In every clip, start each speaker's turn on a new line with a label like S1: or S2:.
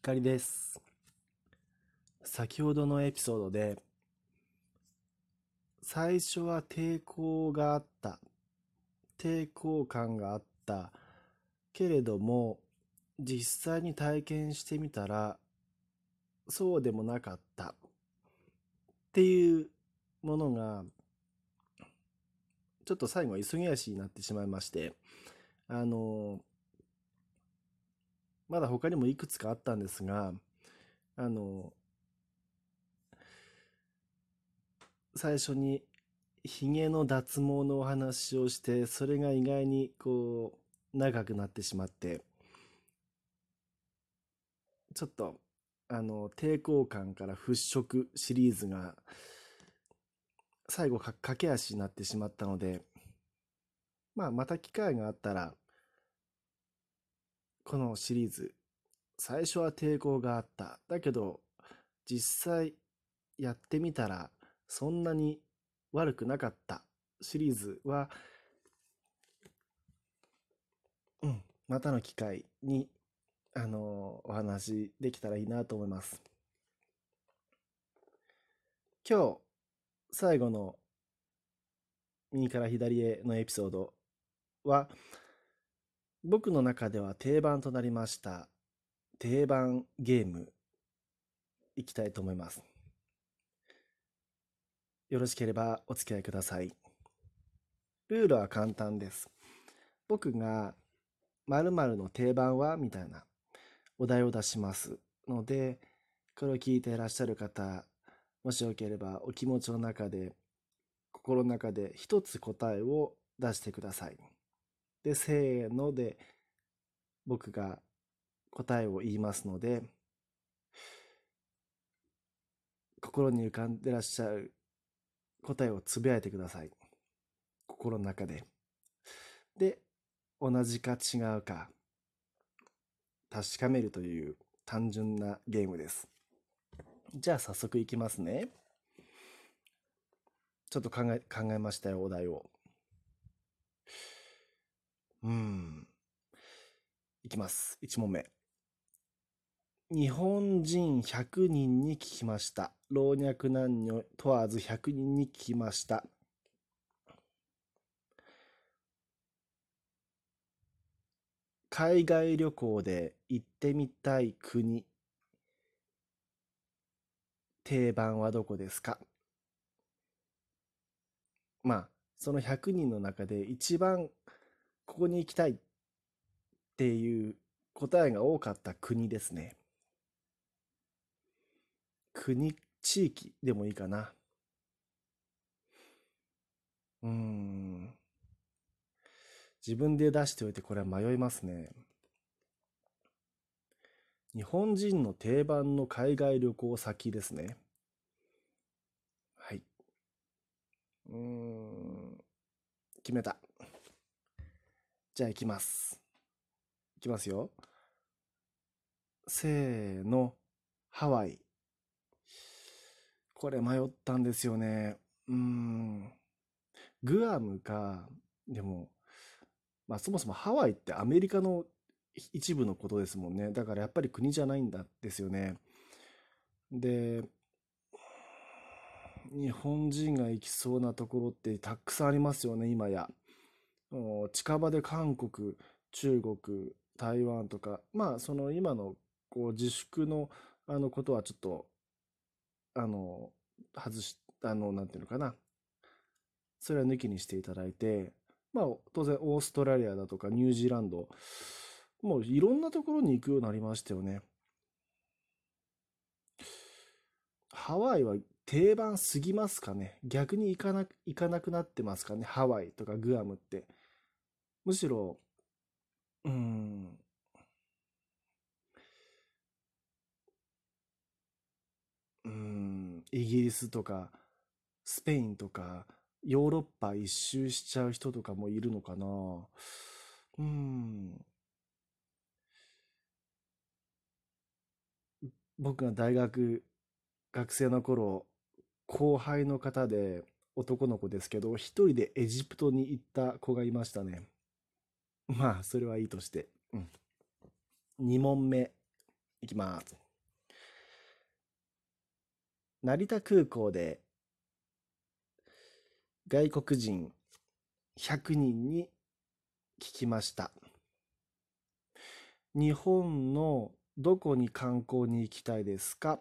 S1: 光です。先ほどのエピソードで、最初は抵抗があった、抵抗感があったけれども、実際に体験してみたら、そうでもなかったっていうものが、ちょっと最後は急ぎ足になってしまいまして、あの、まだ他にもいくつかあったんですが、あの、最初にひげの脱毛のお話をして、それが意外に長くなってしまって、ちょっと抵抗感から払拭シリーズが最後駆け足になってしまったので、また機会があったら、このシリーズ、最初は抵抗があった。だけど、実際やってみたら、そんなに悪くなかったシリーズは、またの機会に、お話できたらいいなと思います。今日、最後の右から左へのエピソードは、僕の中では定番となりました定番ゲームいきたいと思います。よろしければお付き合いください。ルールは簡単です。僕が〇〇の定番はみたいなお題を出しますので、これを聞いていらっしゃる方、もしよければお気持ちの中で、心の中で一つ答えを出してください。で、せーので僕が答えを言いますので、心に浮かんでらっしゃる答えをつぶやいてください。心の中で。で、同じか違うか確かめるという単純なゲームです。じゃあ早速いきますね。ちょっと考えましたよ、お題を。いきます。1問目。日本人100人に聞きました。老若男女問わず100人に聞きました。海外旅行で行ってみたい国、定番はどこですか？その100人の中で一番ここに行きたいっていう答えが多かった国ですね。国、地域でもいいかな。うーん。自分で出しておいてこれは迷いますね。日本人の定番の海外旅行先ですね。はい。うーん。決めた。じゃあ行きます。行きますよ。せーの。ハワイ。これ迷ったんですよね。グアムか、でも、そもそもハワイってアメリカの一部のことですもんね。だからやっぱり国じゃないんだですよね。で、日本人が行きそうなところってたくさんありますよね、今や。近場で韓国、中国、台湾とか、その今の自粛のことはちょっと、あの、外し、なんていうのかな。それは抜きにしていただいて、当然オーストラリアだとかニュージーランド、もういろんなところに行くようになりましたよね。ハワイは定番すぎますかね。逆に行かなくなってますかね。ハワイとかグアムって。むしろ、うーん、イギリスとか、スペインとか、ヨーロッパ一周しちゃう人とかもいるのかな。うーん、僕が学生の頃、後輩の方で男の子ですけど、一人でエジプトに行った子がいましたね。それはいいとして。2問目いきます。成田空港で外国人100人に聞きました。日本のどこに観光に行きたいですか？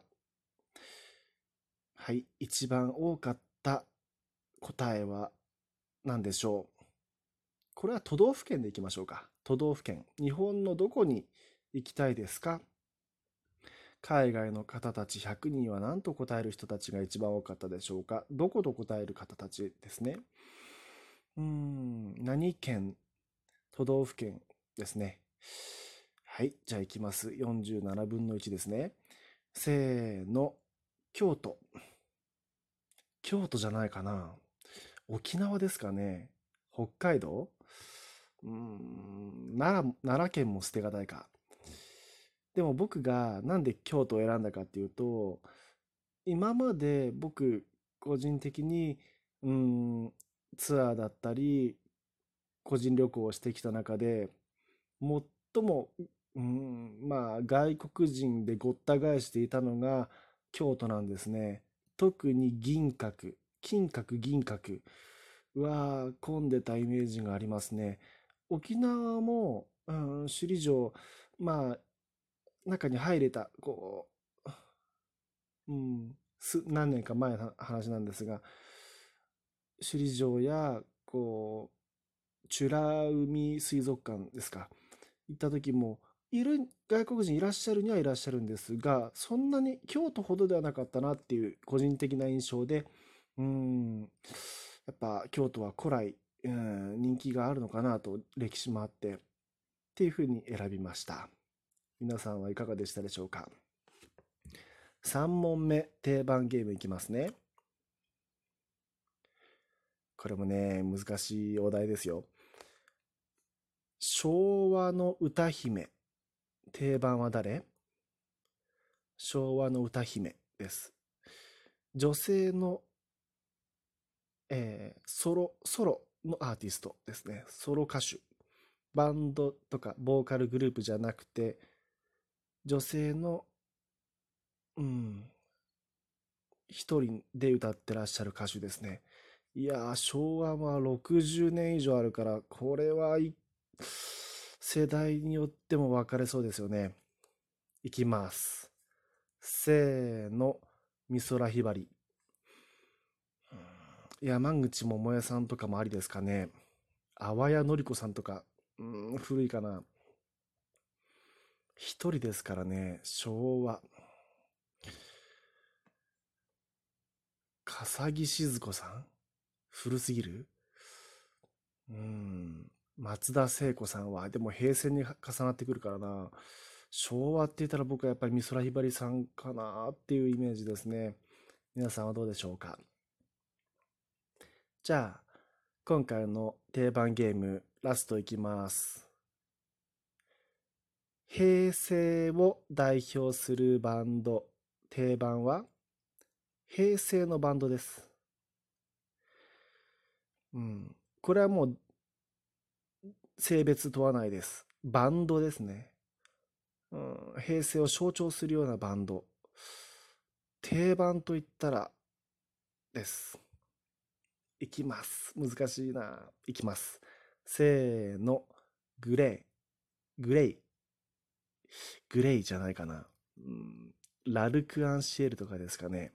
S1: はい、一番多かった答えは何でしょう？これは都道府県でいきましょうか。都道府県。日本のどこに行きたいですか？海外の方たち100人は何と答える人たちが一番多かったでしょうか？どこと答える方たちですね。何県、都道府県ですね。はい、じゃあ行きます。47分の1ですね。せーの、京都。京都じゃないかな。沖縄ですかね。北海道。奈良県も捨てがたいか。でも僕がなんで京都を選んだかっていうと、今まで僕個人的に、うーん、ツアーだったり、個人旅行をしてきた中で、最も、まあ外国人でごった返していたのが京都なんですね。特に銀閣、金閣銀閣は混んでたイメージがありますね。沖縄も、首里城、まあ中に入れた、何年か前の話なんですが、首里城や、美ら海水族館ですか。行った時も、外国人いらっしゃるにはいらっしゃるんですが、そんなに京都ほどではなかったなっていう個人的な印象で、うん、やっぱ京都は古来、人気があるのかなと、歴史もあって、っていうふうに選びました。皆さんはいかがでしたでしょうか？3問目、定番ゲームいきますね。これもね、難しいお題ですよ。昭和の歌姫。定番は誰？昭和の歌姫です。女性の、ソロのアーティストですね。ソロ歌手。バンドとかボーカルグループじゃなくて、女性の、うん、一人で歌ってらっしゃる歌手ですね。いやー、昭和は60年以上あるから、これは世代によっても分かれそうですよね。いきます。せーの、美空ひばり。山口百恵さんとかもありですかね。淡谷のり子さんとか、古いかな。一人ですからね、昭和。笠木静子さん古すぎる。うーん。松田聖子さんは、でも平成に重なってくるからな。昭和って言ったら僕はやっぱり美空ひばりさんかなっていうイメージですね。皆さんはどうでしょうか？じゃあ、今回の定番ゲーム、ラストいきます。平成を代表するバンド、定番は平成のバンドです。うん。これはもう性別問わないです。バンドですね。平成を象徴するようなバンド。定番といったらです。いきます。難しいな。いきます。せーの。グレー。グレイ。グレイじゃないかな。ラルク・アンシエルとかですかね。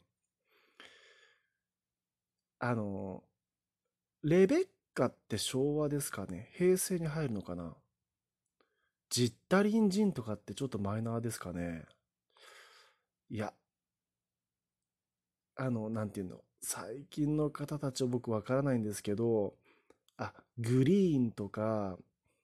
S1: あの、レベッカって昭和ですかね。平成に入るのかな。ジッタリン・ジンとかってちょっとマイナーですかね。いや、なんていうの。最近の方たちは僕わからないんですけど、グリーンとか、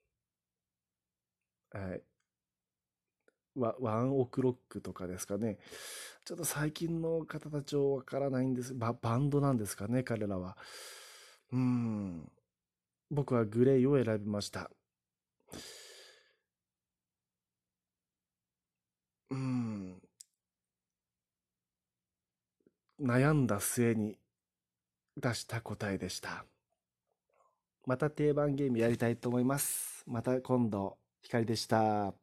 S1: はい、ワンオクロックとかですかね。ちょっと最近の方たちはわからないんです。バンドなんですかね、彼らは。うーん。僕はグレイを選びました。うーん。悩んだ末に出した答えでした。また定番ゲームやりたいと思います。また今度、光でした。